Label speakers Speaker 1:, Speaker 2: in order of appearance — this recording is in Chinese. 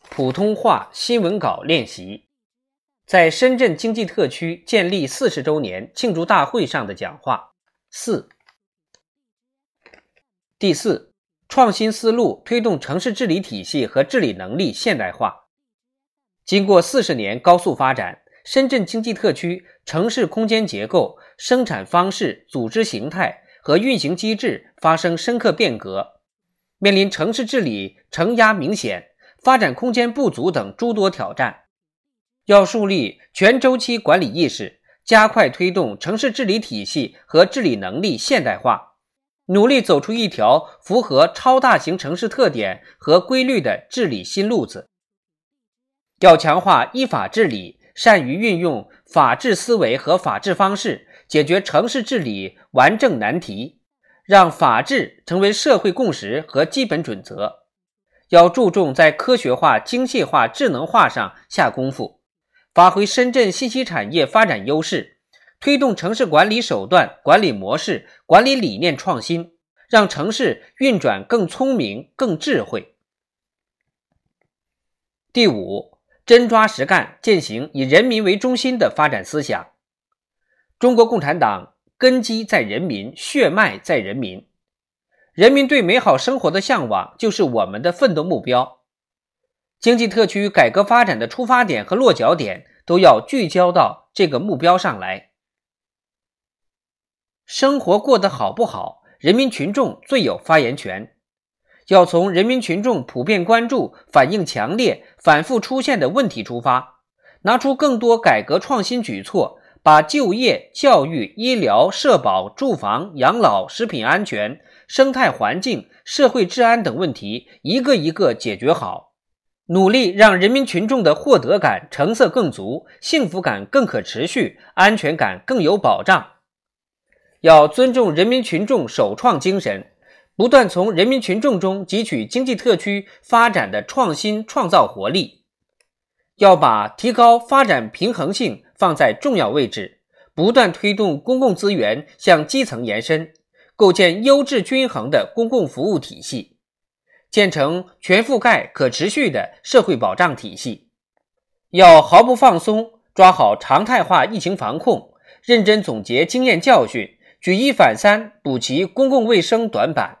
Speaker 1: 普通话新闻稿练习，在深圳经济特区建立40周年庆祝大会上的讲话。第四，创新思路推动城市治理体系和治理能力现代化。经过40年高速发展，深圳经济特区城市空间结构、生产方式、组织形态和运行机制发生深刻变革，面临城市治理承压明显、发展空间不足等诸多挑战。要树立全周期管理意识，加快推动城市治理体系和治理能力现代化，努力走出一条符合超大型城市特点和规律的治理新路子。要强化依法治理，善于运用法治思维和法治方式，解决城市治理顽症难题，让法治成为社会共识和基本准则。要注重在科学化、精细化、智能化上下功夫，发挥深圳信息产业发展优势，推动城市管理手段、管理模式、管理理念创新，让城市运转更聪明、更智慧。第五，真抓实干，践行以人民为中心的发展思想。中国共产党根基在人民，血脉在人民。人民对美好生活的向往就是我们的奋斗目标。经济特区改革发展的出发点和落脚点都要聚焦到这个目标上来。生活过得好不好，人民群众最有发言权。要从人民群众普遍关注、反应强烈、反复出现的问题出发，拿出更多改革创新举措，把就业、教育、医疗、社保、住房、养老、食品安全、生态环境、社会治安等问题一个一个解决好，努力让人民群众的获得感、成色更足，幸福感更可持续，安全感更有保障。要尊重人民群众首创精神，不断从人民群众中汲取经济特区发展的创新创造活力。要把提高发展平衡性放在重要位置，不断推动公共资源向基层延伸，构建优质均衡的公共服务体系，建成全覆盖可持续的社会保障体系。要毫不放松，抓好常态化疫情防控，认真总结经验教训，举一反三，补齐公共卫生短板。